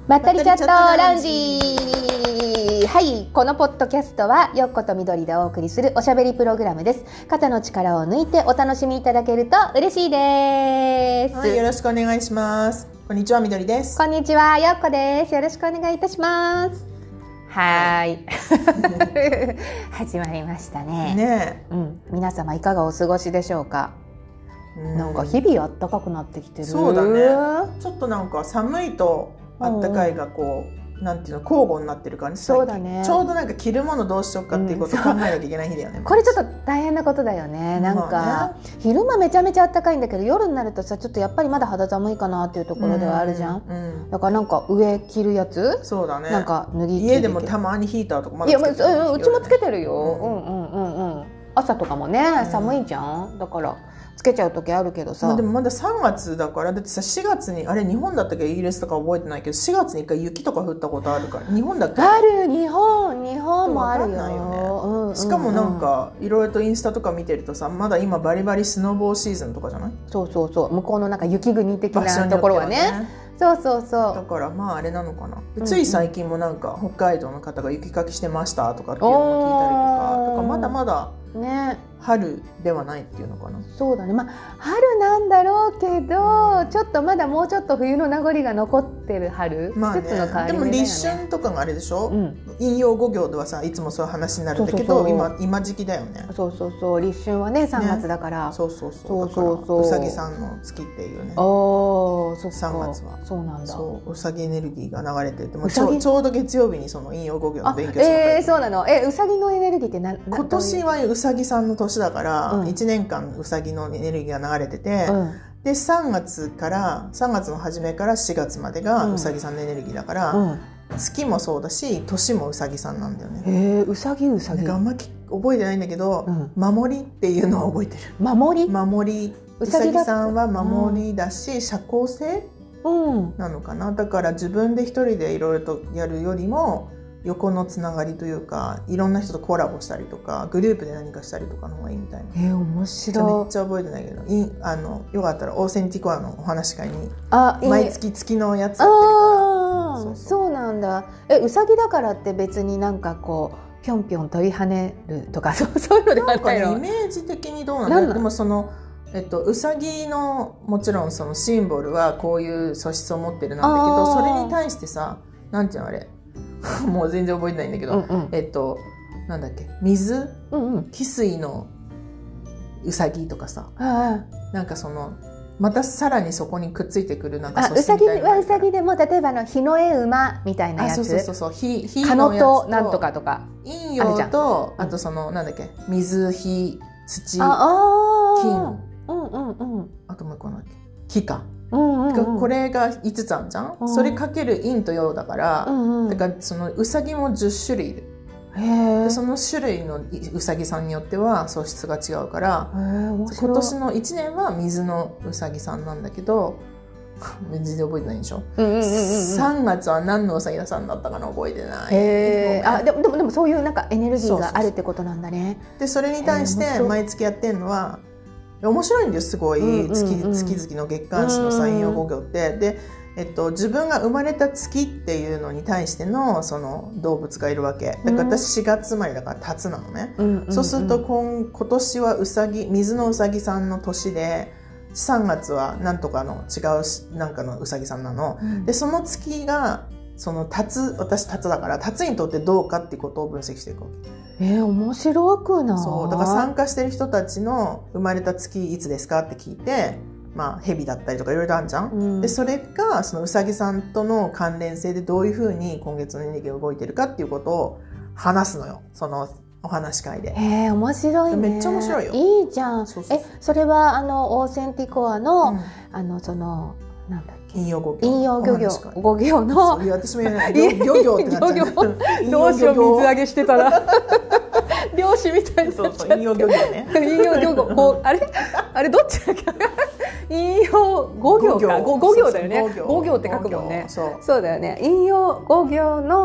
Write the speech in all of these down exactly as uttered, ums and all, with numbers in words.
まったりチャットラウンジ。はい、このポッドキャストはよっことみどりでお送りするおしゃべりプログラムです。肩の力を抜いてお楽しみいただけると嬉しいです。 はい、よろしくお願いします。こんにちは、みどりです。 こんにちは、よっこです。よろしくお願いいたします。はい、始まりましたね。 ねえ、 うん、皆様いかがお過ごしでしょうか。 うんなんか日々暖かくなってきてる。 そうだね。ちょっとなんか寒いと暖かいがこう、なんていうの、交互になってる感じ。 そうだね。 ちょうどなんか着るものどうしようかっていうことを考えなきゃいけない日だよね。 うん、これちょっと大変なことだよね。なんか、ね、昼間めちゃめちゃ暖かいんだけど夜になるとさ、ちょっとやっぱりまだ肌寒いかなっていうところではあるじゃん。うんうん、だからなんか上着るやつ。 そうだね。 なんか脱ぎ着家でもたまにヒーターとかまだつけてる、 いや、うちもつけてるよ。うんうんうんうん。朝とかもね、寒いじゃん。だから。つけちゃう時あるけどさ、 まあ、でもまださんがつだから、だってさしがつにあれ日本だったっけイギリスとか覚えてないけどしがつにいっかい雪とか降ったことあるから日本だっけある日本日本もあるよ、 よねうんうん、 しかもなんかいろいろとインスタとか見てるとさまだ今バリバリスノボーシーズンとかじゃない？ そうそうそう向こうのなんか雪国的なところは ね, はねそうそうそうだからまああれなのかな、うんうん、つい最近もなんか北海道の方が雪かきしてましたとかっていうのも聞いたりとかとかまだまだね春ではないっていうのかな。 そうだね、まあ春なんだろうけど、うん、ちょっとまだもうちょっと冬の名残が残ってる春、 まあね、 季節の変わり目だよね。 でも立春とかがあれでしょ、うん、引用語行ではさいつもそういう話になるんだけど、そうそうそう今今時期だよね。 そうそうそう立春はねさんがつだから、ね、 そうそうそうそうそうそううさぎさんの月っていうね。 おーそっかさんがつはそうなんだ。 そううさぎエネルギーが流れててもうちょ、ちょうど月曜日にその引用語行の勉強してた。 えー、そうなの。えうさぎのエネルギーってな今年はうさぎさんの年だから、うん、いちねんかんうさぎのエネルギーが流れてて、うん、でさんがつからさんがつの初めからしがつまでがうさぎさんのエネルギーだから、うん、月もそうだし年もうさぎさんなんだよね。 へーうさぎうさぎあんまり覚えてないんだけど、うん、守りっていうのは覚えてる。 守り守りうさぎさんは守りだし、うん、社交性、うん、なのかな。だから自分で一人でいろいろとやるよりも横のつながりというかいろんな人とコラボしたりとかグループで何かしたりとかの方がいいみたいな。 えー、面白い。 めっちゃ覚えてないけどいあのよかったらオーセンティコアのお話し会にあ毎月月のやつやってるから。 そうそう、そうなんだ。えうさぎだからって別になんかこうぴょんぴょん飛び跳ねるとかそういうのではないの？ なんかねイメージ的にどうなんだろう。でもそのえっと、うさぎのもちろんそのシンボルはこういう素質を持ってるなんだけどそれに対してさなんていうのあれもう全然覚えてないんだけど、うんうん、えっとなんだっけ水、うんうん、汽水のうさぎとかさなんかそのまたさらにそこにくっついてくるなんか素質みたいな。うさぎはうさぎでも例えばの日の絵馬みたいなやつ。 あそうそうそう火火のやつとなんとかとか陰陽と あ, あとそのなんだっけ水火土金うんうんうん、あともう一個なんだっけ木か、うんうんうん、これがいつつあるじゃん、うん、それかける陰と陽だから、うんうん、だからそのうさぎもじゅっしゅるいいる。へでその種類のうさぎさんによっては素質が違うから今年のいちねんは水のうさぎさんなんだけど全然覚えてないんでしょ、うんうんうんうん、さんがつは何のうさぎさんだったかな覚えてない。 へあでもでもでもそういうなんかエネルギーがあるってことなんだね。 そうそうそうでそれに対して毎月やってるのは面白いんですすごい、うんうんうん、月, 月々の月刊誌の引用語行ってで、えっと、自分が生まれた月っていうのに対してのその動物がいるわけだから私しがつ生まれだからタツなのね、うんうんうん、そうすると 今, 今年はうさぎ水のうさぎさんの年でさんがつはなんとかの違うなんかのうさぎさんなの、うん、でその月がそのタツ私タツだからタツにとってどうかっていうことを分析していくわけ。 えー、面白くない？ そうだから参加してる人たちの生まれた月いつですかって聞いて、まあ蛇だったりとかいろいろあるじゃん、うん、でそれがそのうさぎさんとの関連性でどういうふうに今月のエネルギーが動いてるかっていうことを話すのよそのお話し会で。 へー面白いね。 めっちゃ面白いよ。 いいじゃん。そうそうそうえそれはあのオーセンティコアの、うん、あのそのなんだっけ引用語行引用語行語行のそう私も言えない漁業ってなっちゃうどうしよう水揚げしてたら漁師みたいになっちゃう。 そうそう引用漁業ね引用漁業こうあれあれどっちだっけ引用語行か語行だよね。語行って書くもんね。そうそうだよね。引用語行の、うん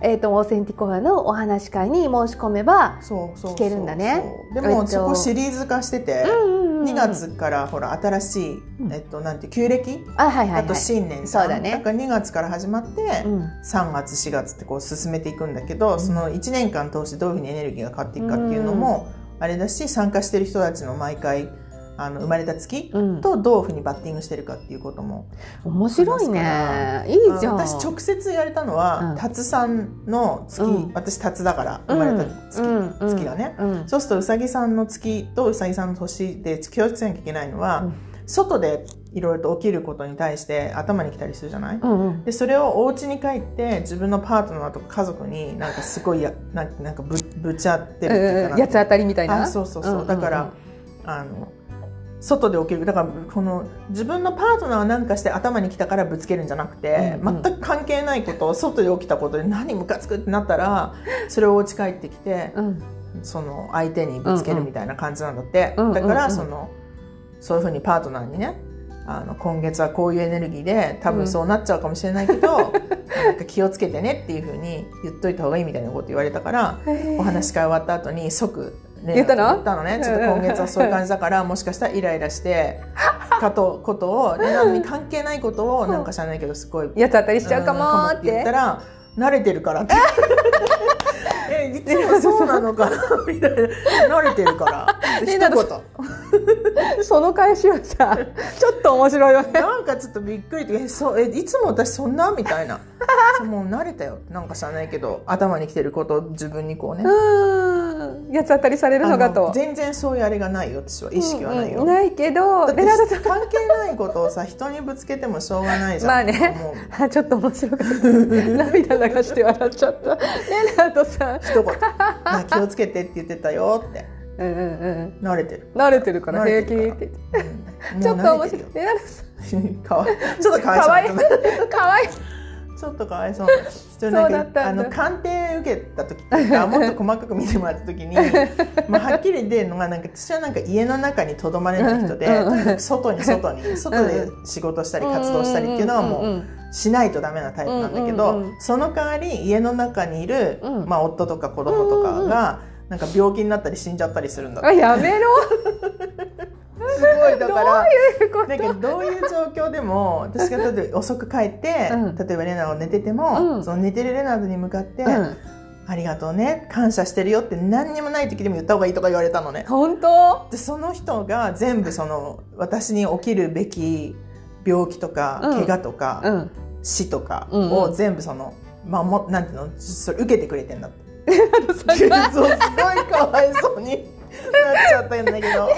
えー、とオーセンティコアのお話会に申し込めばそうそうそうそう聞けるんだね。 でも、えっと、そこシリーズ化してて、 うんうんうんうん、 にがつからほら新しい、えっと、なんて旧暦、 あ、はいはいはい、 あと新年さん、 そうだね、 だからにがつから始まって、 うん、 さんがつしがつってこう進めていくんだけど、うん、そのいちねんかん通してどういうふうにエネルギーが変わっていくかっていうのもあれだし、参加してる人たちの毎回あの生まれた月とどういうふうにバッティングしてるかっていうことも、 うん、面白いね。いいじゃん。 私直接言われたのは、うん、タツさんの月、うん、私タツだから生まれた月、うん、月がね、うん、そうするとうさぎさんの月とうさぎさんの年で気をつけなきゃいけないのは、うん、外でいろいろと起きることに対して頭にきたりするじゃない、うんうん、でそれをお家に帰って自分のパートナーとか家族になんかすごいやななんか ぶ, ぶちゃってるっていうか、 八つ当たりみたいな。 あ、そうそうそう、うんうんうん、だからあの外で起きる、だからこの自分のパートナーが何かして頭にきたからぶつけるんじゃなくて、うんうん、全く関係ないことを外で起きたことで何ムカつくってなったらそれをお家帰ってきて、うん、その相手にぶつけるみたいな感じなんだって、うんうん、だからそのそういうふうにパートナーにね、あの今月はこういうエネルギーで多分そうなっちゃうかもしれないけど、うん、なんか気をつけてねっていうふうに言っといた方がいいみたいなこと言われたから、お話し会終わった後に即ね、 言ったの？ 言ったのね。ちょっと今月はそういう感じだからもしかしたらイライラしてかとことをレナに関係ないことをなんか知らないけどすごいやつ当たりしちゃうかもって言ったら、慣れてるからってえいつもそうなのかなみたいな、慣れてるから一言その返しはさちょっと面白いよね。 なんかちょっとびっくりってえそうえいつも私そんなみたいなもう慣れたよなんか知らないけど頭にきてることを自分にこうね、 うん、八つ当たりされるのかと。 全然そういうあれがないよ、私は意識はないよ、 うんうん、ないけどレナさん関係ないことをさ人にぶつけてもしょうがないじゃん。 まあね、もうちょっと面白かった涙流して笑っちゃったレナとさん一言気をつけてって言ってたよってうんうんうん、 慣れてる慣れてるから平気って言って、うん、ちょっと面白いレナさんかわいちょっとかわいそうかわいいちょっとかわいそうなそうなんかあの鑑定受けた時っていうかもっと細かく見てもらった時にまあはっきり出るのがなんか私はなんか家の中にとどまれない人で、うん、とにかく外に外に外で仕事したり活動したりっていうのはもうしないとダメなタイプなんだけど、うんうんうん、その代わり家の中にいる、うんまあ、夫とか子供とかがなんか病気になったり死んじゃったりするんだって。 あ、やめろすごいだからどういうことだけどどういう状況でも私が例えば遅く帰って、うん、例えばレナが寝てても、うん、その寝てるレナに向かって、うん、ありがとうね感謝してるよって何にもない時でも言った方がいいとか言われたのね。 本当？ でその人が全部その私に起きるべき病気とか、うん、怪我とか、うん、死とかを全部その、まあ、もなんていうのそれ受けてくれてんだってすごいかわいそうになっちゃったんだけどなんて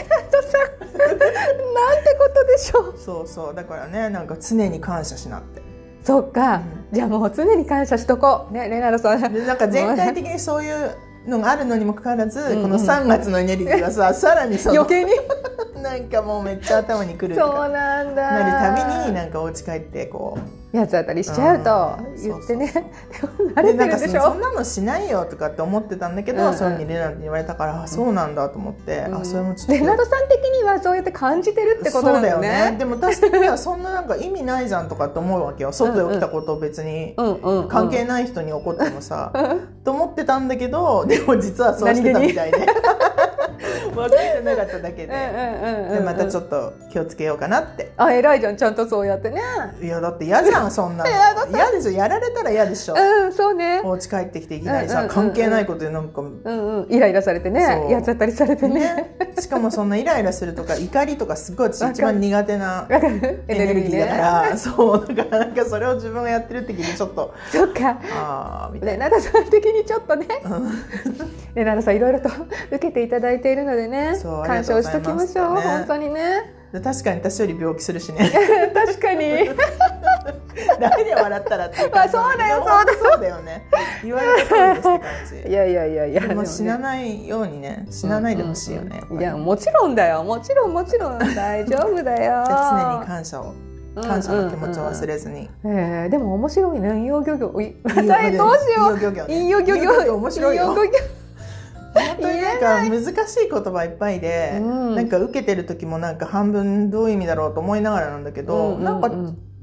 ことでしょう。 そうそうだからねなんか常に感謝しなって。 そっか、うん、じゃあもう常に感謝しとこうねレナロさん。 でなんか全体的にそういうのがあるのにもかかわらず、うんうん、このさんがつのエネルギーがささらにその余計になんかもうめっちゃ頭にくるそうなんだなるたびになんかお家帰ってこう八つ当たりしちゃうと言ってね、 うん、慣れてるでしょ。そんなのしないよとかって思ってたんだけど、うんうん、そういうふうにレナに言われたから、うん、そうなんだと思って、うん、あそれもちょっとレナドさん的にはそうやって感じてるってことなんだよね。 そうだよね。でも私的にはそんななんか意味ないじゃんとかって思うわけよ。外で起きたこと別に関係ない人に起こってもさ、うんうん、と思ってたんだけどでも実はそうしてたみたいで分かってなかっただけで、でまたちょっと気をつけようかなって。 あ、偉いじゃんちゃんとそうやってね。 いやだって嫌じゃんそんなの嫌でしょ。やられたら嫌でしょ。 うんそうね。 お家帰ってきていきなりさ、うんうんうんうん、関係ないことでなんか、うんうん、イライラされてねやっちゃったりされて ね, ねしかもそんなイライラするとか怒りとかすごい私一番苦手なエネルギーだから、ね、そうだからなんかそれを自分がやってるって聞いてちょっとそっかあみたいなレナダさん的にちょっとね、うん、レナダさんいろいろと受けていただいているのでね感謝をしときましょう、ね、本当にね。 確かに私より病気するしね確かに誰で笑ったらっていう感じ、 まあ、そうだよそうだそうだよね言われた通りですって感じ。 いやいやいやいやでも死なないようにね死なないでほしいよね、 うんうん、いやもちろんだよもちろんもちろん大丈夫だよ常に感謝を感謝の気持ちを忘れずに、 うんうんうん、えー、でも面白いね。引用漁業どうしよう引用漁業面白いよ本当になんか難しい言葉いっぱいで、うん、なんか受けてる時もなんか半分どういう意味だろうと思いながらなんだけど、うんうんうん、なんか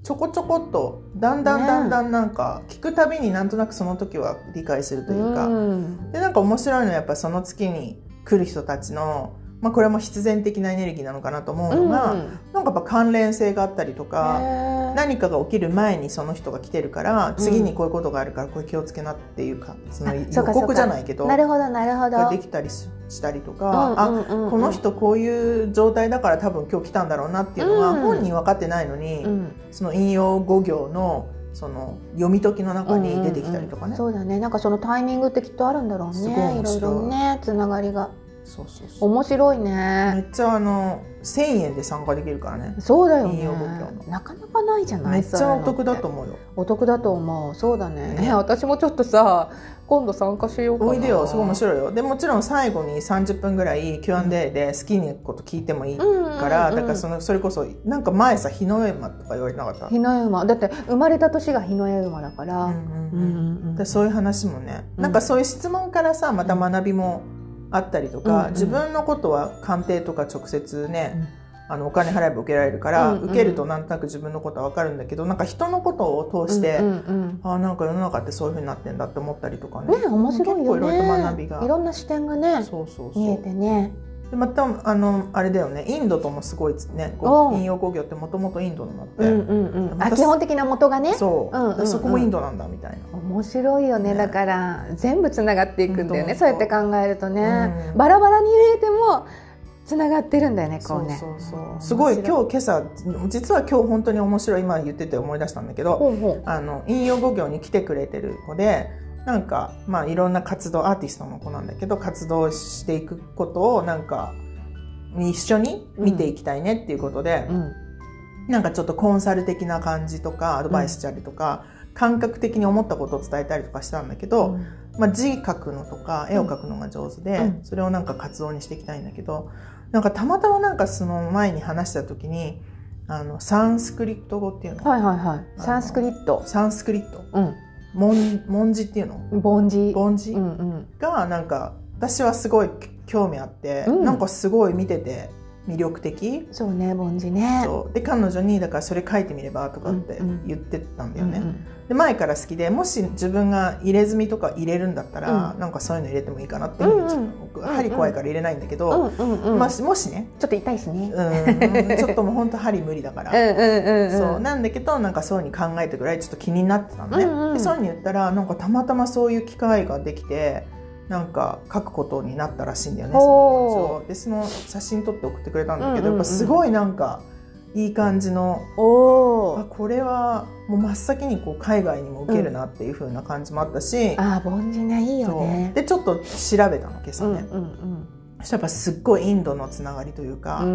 ちょこちょこっとだんだんだんだんなんか聞くたびになんとなくその時は理解するというか、うん、でなんか面白いのはやっぱその月に来る人たちの、まあ、これも必然的なエネルギーなのかなと思うのが、うん、なんかやっぱ関連性があったりとか、何かが起きる前にその人が来てるから次にこういうことがあるからこれ気をつけなっていうか、その予告じゃないけどなるほどなるほどができたりしたりとか、あ、この人こういう状態だから多分今日来たんだろうなっていうのが本人分かってないのに、うん、その引用語行のその読み解きの中に出てきたりとかね、うんうんうん、 そうだね、なんかそのタイミングってきっとあるんだろうね、 すごい面白い、 いろいろねつながりが。 そうそうそう、 面白いね。 めっちゃあのせんえんで参加できるからね。 そうだよね、 引用語教なかなかないじゃない。 めっちゃお得だと思うよ。 お得だと思う。そうだね、ね、私もちょっとさ今度参加しようかな。 おいでよ、すごい面白いよ。でもちろん最後にさんじゅっぷんぐらい キューアンドエー で好きなこと聞いてもいいから、うんうんうんうん、だからそのそれこそなんか前さ日の絵馬とか言われなかった？ 日の絵馬だって生まれた年が日の絵馬だから、うんうんうん、でそういう話もね、うん、なんかそういう質問からさまた学びもあったりとか、うんうん、自分のことは鑑定とか直接ね、うん、あのお金払えば受けられるから、うんうん、受けるとなんとなく自分のことは分かるんだけど、なんか人のことを通して、うんうんうん、あなんか世の中ってそういう風になってんだって思ったりとかね、 ね、面白いよね。結構いろいろ学びがいろんな視点がね、 そうそうそう見えてね。 でまたあのあれだよね、インドともすごいね、引用語行ってもともとインドになって、うんうんうん、 あ基本的な元がね、 そう、うんうんうん、そこもインドなんだみたいな。 面白いよね、だから全部つながっていくんだよね、そうやって考えるとね、うん、バラバラに入れてもつながってるんだよね、こうね。 そうそうそう、すごい今日今朝実は今日本当に面白い、今言ってて思い出したんだけど、ほうほう、あの引用語行に来てくれてる子で、なんかまあいろんな活動、アーティストの子なんだけど活動していくことをなんか一緒に見ていきたいねっていうことで、うん、なんかちょっとコンサル的な感じとかアドバイスしたりとか、うん、感覚的に思ったことを伝えたりとかしたんだけど、うん、まあ、字書くのとか絵を描くのが上手で、うん、それをなんか活動にしていきたいんだけど、なんかたまたまなんかその前に話した時にあのサンスクリット語っていうの、 はいはいはい、サンスクリットサンスクリット、うん、文, 文字っていうの凡字凡字、うんうん、がなんか私はすごい興味あって、うん、なんかすごい見てて魅力的。 そうね、凡字ね。 そうで彼女にだからそれ書いてみればとかって言ってたんだよね、うんうん、で前から好きで、もし自分が入れ墨とか入れるんだったら、うん、なんかそういうの入れてもいいかなっていうふうに、うんうん、僕針怖いから入れないんだけど、うんうんうん、まあ、もしねちょっと痛いしね、 うん、ちょっともう本当針無理だからうんうんうん、うん、そうなんだけど、なんかそういう風に考えてぐらいちょっと気になってたのね、うんうん、でそういう風に言ったらなんかたまたまそういう機会ができてなんか書くことになったらしいんだよね。そうでその写真撮って送ってくれたんだけど、うんうんうん、やっぱすごいなんかいい感じの、あこれはもう真っ先にこう海外にも受けるなっていう風な感じもあったし、うん、 あ凡字ね、いいよね。 でちょっと調べたの今朝ね、うんうんうん、そしたらやっぱすっごいインドのつながりというか、うん、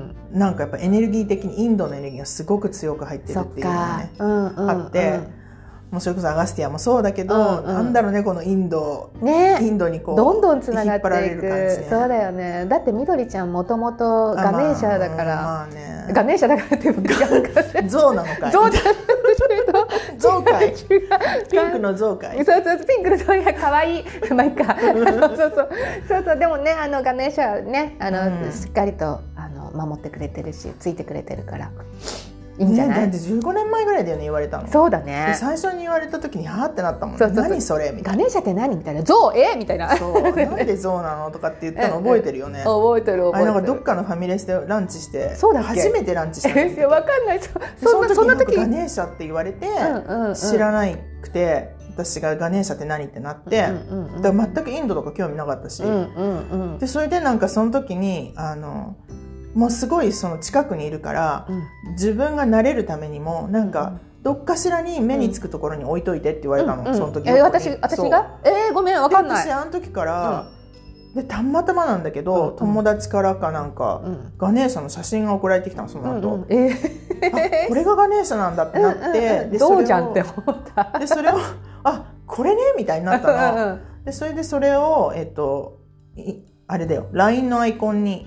なんかやっぱエネルギー的にインドのエネルギーがすごく強く入ってるっていうのがね、うんうんうん、あって、もうそれこそアガスティアもそうだけど、うんうん、なんだろうねこのインド、ね、インドにこうどんどんつながっていく、 引っ張られる感じね。 そうだよね。だってみどりちゃんもともとガネーシャだから、まあね、ガネーシャだからっていう象なのかい、 象じゃない象かいピンクの象かい、 そうそうピンクの象やかわいいまあいいかそうそうそうそうそう、でもねあのガネーシャねあの、うん、しっかりとあの守ってくれてるしついてくれてるからいいんじゃない？ ね、だってじゅうごねんまえぐらいだよね言われたの。 そうだね。 最初に言われた時にはーってなったもんね。そうそうそう、何それみたいな。 ガネーシャって何みたいな。象えみたいな。 そうなんで象なのとかって言ったの覚えてるよね。 覚えてる覚えてる。 あれなんかどっかのファミレスでランチして、 そうだっけ？ 初めてランチしたんだわかんない。そその時なんかガネーシャって言われて、うんうん、知らなくて私がガネーシャって何ってなって、うんうんうん、だから全くインドとか興味なかったし、うんうんうん、でそれでなんかその時にあのもうすごいその近くにいるから、うん、自分が慣れるためにもなんかどっかしらに目につくところに置いといてって言われたの、うんうん、その時え私私がえー、ごめんわかんない。 私あの時から、うん、でたまたまなんだけど、うん、友達からかなんか、うん、ガネーシャの写真が送られてきたのその後、うんうん、えー、あこれがガネーシャなんだってなって、うんうん、 でどうじゃんって思ったでそれをあこれねみたいになったのでそれでそれをえっとあれだよ ライン のアイコンに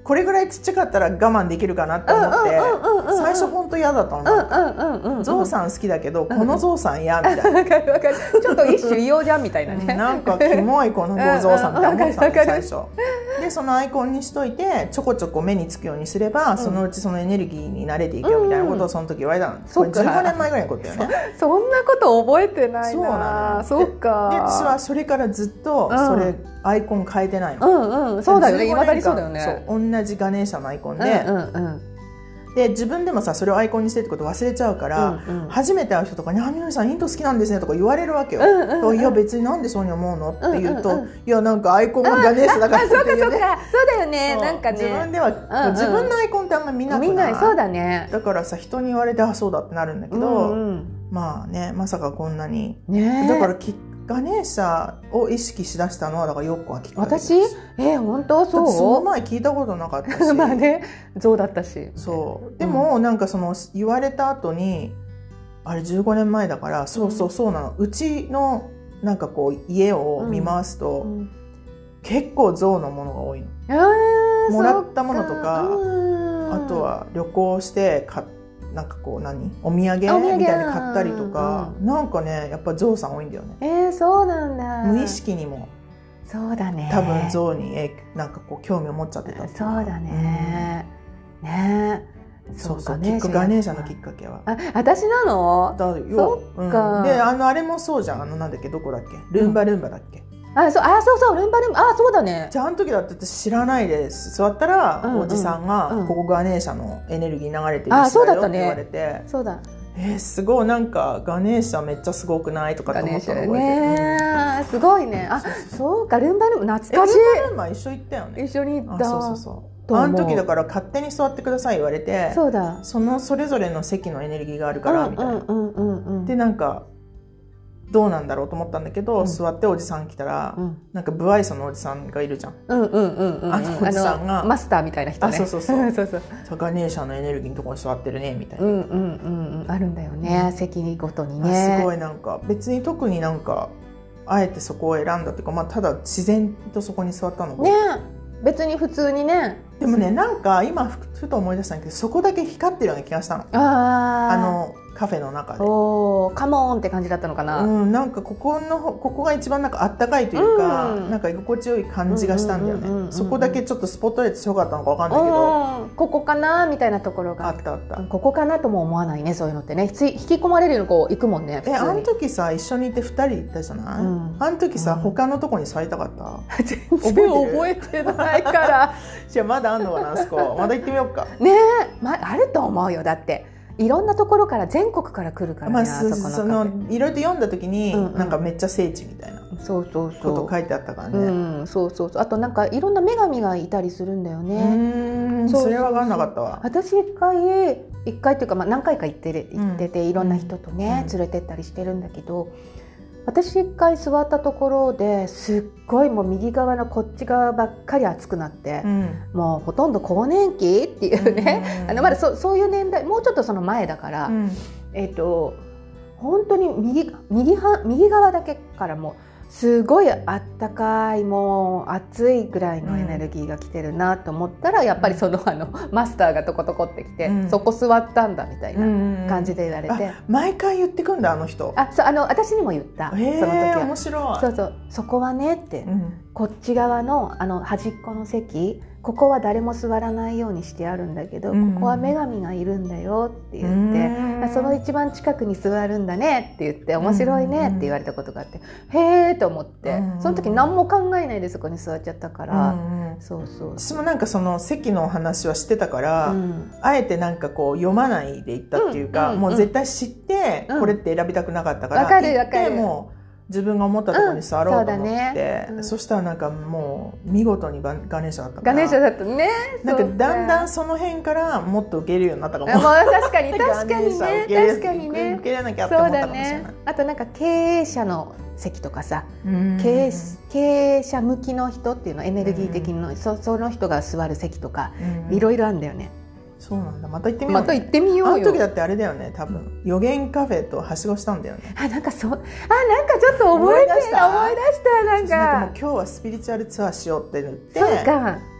これぐらいちっちゃかったら我慢できるかなって思って最初本当嫌だったの。ゾウさん好きだけどこのゾウさん嫌みたいな、 わかるわかる、ちょっと一種異様じゃんみたいなね、 なんかキモいこのゾウさんって思ってたの最初で、そのアイコンにしといてちょこちょこ目につくようにすれば、うん、そのうちそのエネルギーに慣れていくよみたいなことをその時言われたの、うん、これじゅうごねんまえぐらいのことよね。 そんなこと覚えてないな。 そうなの。 そうか。 で私はそれからずっとそれ、うん、アイコン変えてないの。 うんうん、そうだよね、いまだにそうだよね。 そう、同じガネーシャのアイコンで、うんうんうん、で自分でもさそれをアイコンにしてってこと忘れちゃうから、うんうん、初めて会う人とかに「あみのりさんインド好きなんですね」とか言われるわけよ、うんうんうん、いや別になんでそうに思うのって言うと、うんうんうん、いやなんかアイコンがガネーシャだからっていうね。 そうかそうか、そうだよね、なんかね自分では、うんうん、自分のアイコンってあんまり見なくない、見ない、 そうだね。 だからさ人に言われてあそうだってなるんだけど、うんうん、まあねまさかこんなに、 ね、 だからきガネーシャを意識しだしたのはだからよっこがきっかけです。 私えー、本当そう。 その前聞いたことなかったしまあね象だったし。 そうでも、うん、なんかその言われた後にあれじゅうごねんまえだからそうそうそうなの、うん、うちのなんかこう家を見回すと、うん、結構象のものが多いの、 うん、 もらったものとか、あとは旅行して買ってなんかこう何お土産みたいに買ったりとか、うんうん、なんかねやっぱゾウさん多いんだよね。 えー、そうなんだ。 無意識にもそうだね、 多分ゾウになんかこう興味を持っちゃってた。 そうだね、うん、ねそうそう、きっかガネーシャのきっかけはあ私なのだよ。そっか、うん、であのあれもそうじゃん、あのなんだっけどこだっけルンバルンバだっけ、 うん、あそうあそうそうルンバルンバあそうだね。 じゃああの時だって私知らないです座ったら、うんうん、おじさんが、うん、ここガネーシャのエネルギー流れてるしだよって言われて、 そうだえー、すごいなんかガネーシャめっちゃすごくないとかって思ったの覚えてるね、うん、すごいね。あそうかルンバルンバ懐かしい。 ルンバルンバ一緒行ったよね。 一緒に行った。 あそうそうそうあの時だから勝手に座ってください言われて、 そうだそのそれぞれの席のエネルギーがあるからみたいな、 うんうんうんうん、 でなんかどうなんだろうと思ったんだけど、うん、座っておじさん来たら、うん、なんか不愛想のおじさんがいるじゃん、 うんうんうんうん、 あのおじさんがマスターみたいな人ね。 あそうそうそうそうそうガネーシャのエネルギーのところに座ってるねみたいな、 うんうんうん、あるんだよね、うん、席ごとにね。 すごいなんか別に特になんかあえてそこを選んだっていうか、まあ、ただ自然とそこに座ったのね。別に普通にね。 でもねなんか今ふと思い出したんだけどそこだけ光ってるような気がしたの。 ああのカフェの中でおーカモンって感じだったのかな、 うん、なんかここのここが一番なんかあったかいというか、うん、なんか居心地よい感じがしたんだよね。そこだけちょっとスポットライト強かったのか分かんないけど、 ここかなみたいなところがあったあった。 ここかなとも思わないね、そういうのってね。引き込まれるようにこう行くもんね。 えあの時さ一緒にいてふたりで行ったじゃない、うん、あの時さ、うん、他のとこに座りたかった全然覚えてないからじゃあまだあんのかなあそこまだ行ってみようかねえ、まあると思うよ。だっていろんなところから全国から来るからね、まあ、 そそのいろいろと読んだ時に、うんうん、なんかめっちゃ聖地みたいなこと書いてあったからね。 うん、そうそうそう。あとなんかいろんな女神がいたりするんだよね。 うんそれは分からなかったわ。 私一回一回っていうか、まあ、何回か行ってる行ってて、うん、いろんな人とね、うん、連れてったりしてるんだけど、私一回座ったところですっごいもう右側のこっち側ばっかり熱くなって、うん、もうほとんど更年期っていうね、うん、あのまだ そ, そういう年代もうちょっとその前だから、うん、えっと本当に 右, 右, 右側だけからもうすごいあったかいもう暑いぐらいのエネルギーが来てるなと思ったら、うん、やっぱりそのあのマスターがトコトコってきて、うん、そこ座ったんだみたいな感じで言われて、うん、 毎回言ってくんだあの人。 あそうあの私にも言った、その時は。 面白い。 そうそうそこはねって、うん、こっち側のあの端っこの席ここは誰も座らないようにしてあるんだけど、うん、ここは女神がいるんだよって言って、うん、その一番近くに座るんだねって言って面白いねって言われたことがあって、うん、へーと思って、うん、その時何も考えないでそこに座っちゃったから、うん、そうそう私もなんかその席の話はしてたから、うん、あえてなんかこう読まないで行ったっていうか、うんうん、もう絶対知ってこれって選びたくなかったから、うん、 行ってもう自分が思ったところに座ろうと思って、うん そ, ねうん、そしたらなんかもう見事にガネーシャだったから、 ガネーシャだったね。 なんかだんだんその辺からもっと受け入れるようになったかも。 もう確かに確かにね確かにね受け入れなきゃって思ったかもしれない。 そうだね。あとなんか経営者の席とかさ、経営、経営者向きの人っていうのエネルギー的の そ, その人が座る席とかいろいろあるんだよね。 そうなんだ。また行ってみよう、ね、 また行ってみようよ。 あの時だってあれだよね、多分予言カフェとはしごしたんだよね。 あ、なんかそう、あ、なんかちょっと覚えて思い出した、思い出した、なんか。 なんかもう今日はスピリチュアルツアーしようって言って、 そうか。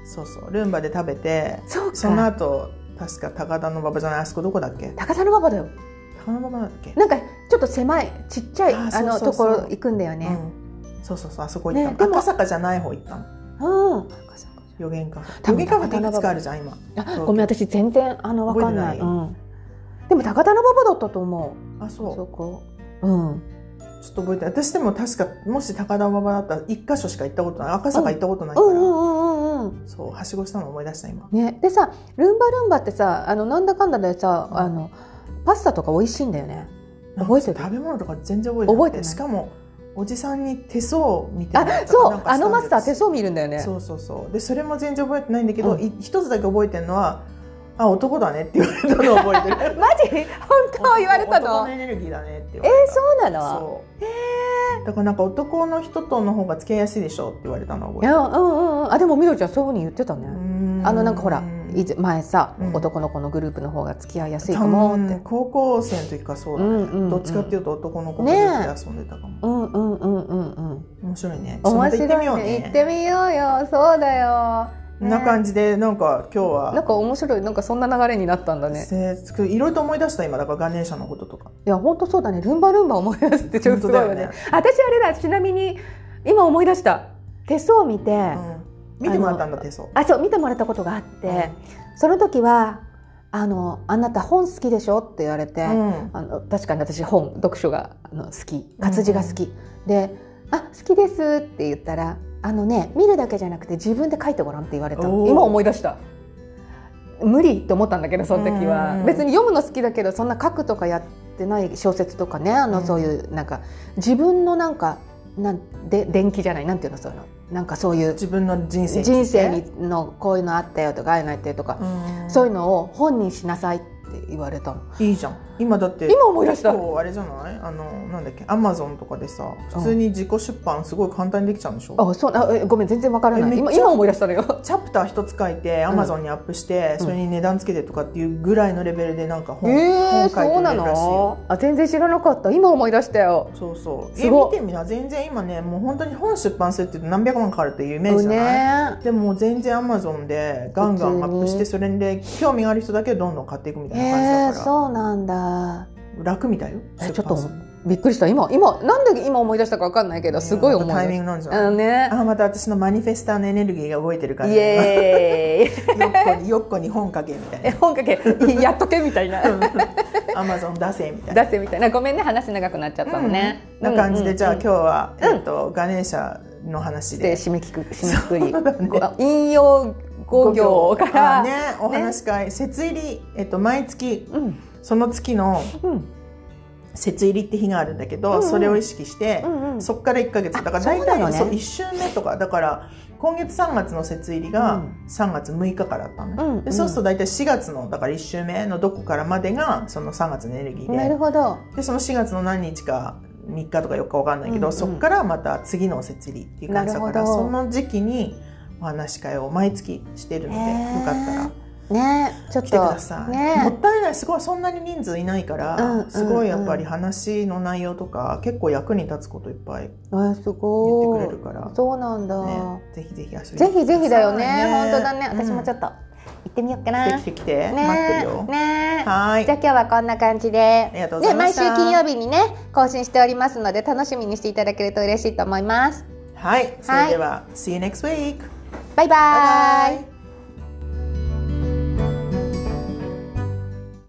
そうそうルンバで食べて、 そうか、 その後確か高田馬場じゃない、あそこどこだっけ？ 高田馬場だよ。 高田馬場だっけ？ なんかちょっっと狭いちっちゃいああそうそうそうのところ行くんだよね。 うん、そうそうそうあそこ行ったの、 ねでも赤坂じゃない方行ったの。 うん。 予言カフェ。 多分予言カフェっていくつかあるじゃん今。 あごめん私全然あのわかんない。 覚えてないうん。でも高田馬場だったと思う。 あそう。 そこ。うん。 ちょっと覚えて私でも確かもし高田馬場だったら一箇所しか行ったことない、赤坂行ったことないから、 うんうんうんうんうん。 そうはしごしたの思い出した今。 ね、でさルンバルンバってさあのなんだかんだでさあのパスタとか美味しいんだよね。覚えてる？ 食べ物とか全然覚えてなくて、しかもおじさんに手相見てもらったあそうなんかあのマスター手相見るんだよね。 そうそうそうでそれも全然覚えてないんだけど、 うんい一つだけ覚えてるのはあ男だねって言われたのを覚えてるマジ？本当言われたの？ 男のエネルギーだねって言わえー、 れた。 そうなの？ そうだからなんか男の人との方が付き合いやすいでしょって言われたのを覚えてる。 いやうんうんうんあでもみどりちゃんそういうふうに言ってたね。あのなんかほらいず前さ、 うん男の子のグループの方が付き合いやすいかもって。 高校生の時からそうだね、 うんうんうんどっちかっていうと男の子と遊んでたかも、 うんうんうんうんうん面白いね。 面白いね。 行ってみようね。 行ってみようよ。そうだよ。 こんな感じでなんか今日はなんか面白いなんかそんな流れになったんだね。 いろいろと思い出した今だからガネーシャのこととか。 いや本当そうだねルンバルンバ思い出すってちょっとすごいよね。 本当だよね私あれだちなみに今思い出した手相を見て、 うん見てもらったんだ手相。 あそう見てもらったことがあって、うん、その時はあのあなた本好きでしょって言われて、うん、あの確かに私本読書があの好き活字が好き、うん、であ好きですって言ったらあのね見るだけじゃなくて自分で書いてごらんって言われたの。今思い出した無理って思ったんだけどその時は、うん、別に読むの好きだけどそんな書くとかやってない小説とかねあの、うん、そういうなんか自分のなんかなんで電気じゃないなんていうのそういうのなんかそういう自分の人生人生にのこういうのあったよとかああいうのあったよとかそういうのを本にしなさいって言われたの。 いいじゃん今だって今思い出したあれじゃないあのなんだっけアマゾンとかでさ普通に自己出版すごい簡単にできちゃうんでしょ。 あそうあごめん全然わからない今今思い出したのよ。 チャプター一つ書いてアマゾンにアップして、うん、それに値段つけてとかっていうぐらいのレベルでなんか本、 えー、 本書いてるらしいよ。 そうなの？あ全然知らなかった今思い出したよ。 そうそうえ見てみな全然今ねもう本当に本出版するって何百万かかるっていうイメージじゃない、ね、でも全然アマゾンでガンガンアップしてそれで興味がある人だけどんどん買っていくみたいな感じだから、えー、 そうなんだ楽みたいよ。 えちょっとびっくりした今今なんで今思い出したか分かんないけどすごい思い出した。 タイミングなんじゃない？ あ、ね、 あまた私のマニフェスターのエネルギーが動いてるから、 イエーイよっこによっこに本書けみたいな本書けやっとけみたいなアマゾン出せみたいな出せみたいなごめんね話長くなっちゃったのね、 うん、な感じで、うん、じゃあ今日は、うんえっと、ガネーシャの話で締めく締めくくり、ね、引用語行からねお話し会、ね、節入り、えっと、毎月、うん、その月の、うん節入りって日があるんだけど、うんうん、それを意識して、うんうん、そこからいっかげつだから大体、ね、そういっ週目とかだから今月さんがつの節入りがさんがつむいかからだったのね、うんうん、でそうすると大体しがつのだからいっ週目のどこからまでがそのさんがつのエネルギーでなるほどでそのしがつの何日かみっかとかよっかわかんないけど、うんうん、そこからまた次の節入りっていう感じだからその時期にお話し会を毎月してるのでよかったらね、ちょっと来てください、ね、もったいないすごいそんなに人数いないから、うんうんうん、すごいやっぱり話の内容とか結構役に立つこといっぱい言ってくれるからそうなんだ、 ね、ぜひぜひ遊びに来てください。 ぜひぜひだよね本当だね私もちょっと行ってみようかな、 うん、来て来て来て、ね、待ってるよ、 ね、 はいじゃあ今日はこんな感じでありがとうございました、 ね、毎週金曜日にね更新しておりますので楽しみにしていただけると嬉しいと思います。 はいそれでは、はい、See you next week バイバイ。